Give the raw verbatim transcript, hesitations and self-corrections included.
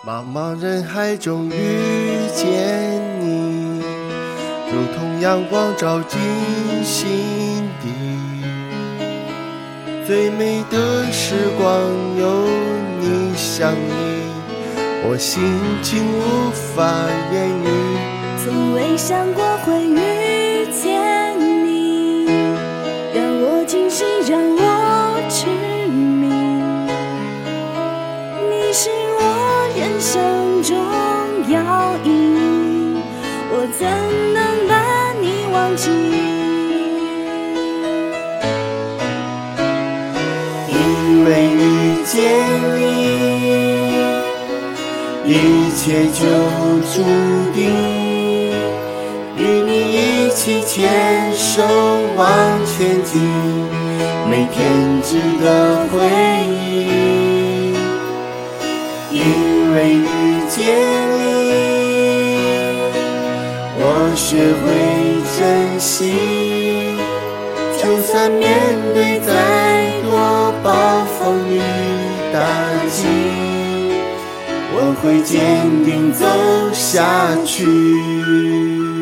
茫茫人海中遇见你，如同阳光照进心底。最美的时光有你相依，我心情无法言喻。 从未想过会遇见你，让我惊喜，让我痴迷。你是我人生中要义，我怎能把你忘记？ 因为遇见你，一切就注定。与你一起牵手往前进，每天值得回忆。因为遇见你，我学会珍惜，就算面对再多暴风雨打击，我会坚定走下去。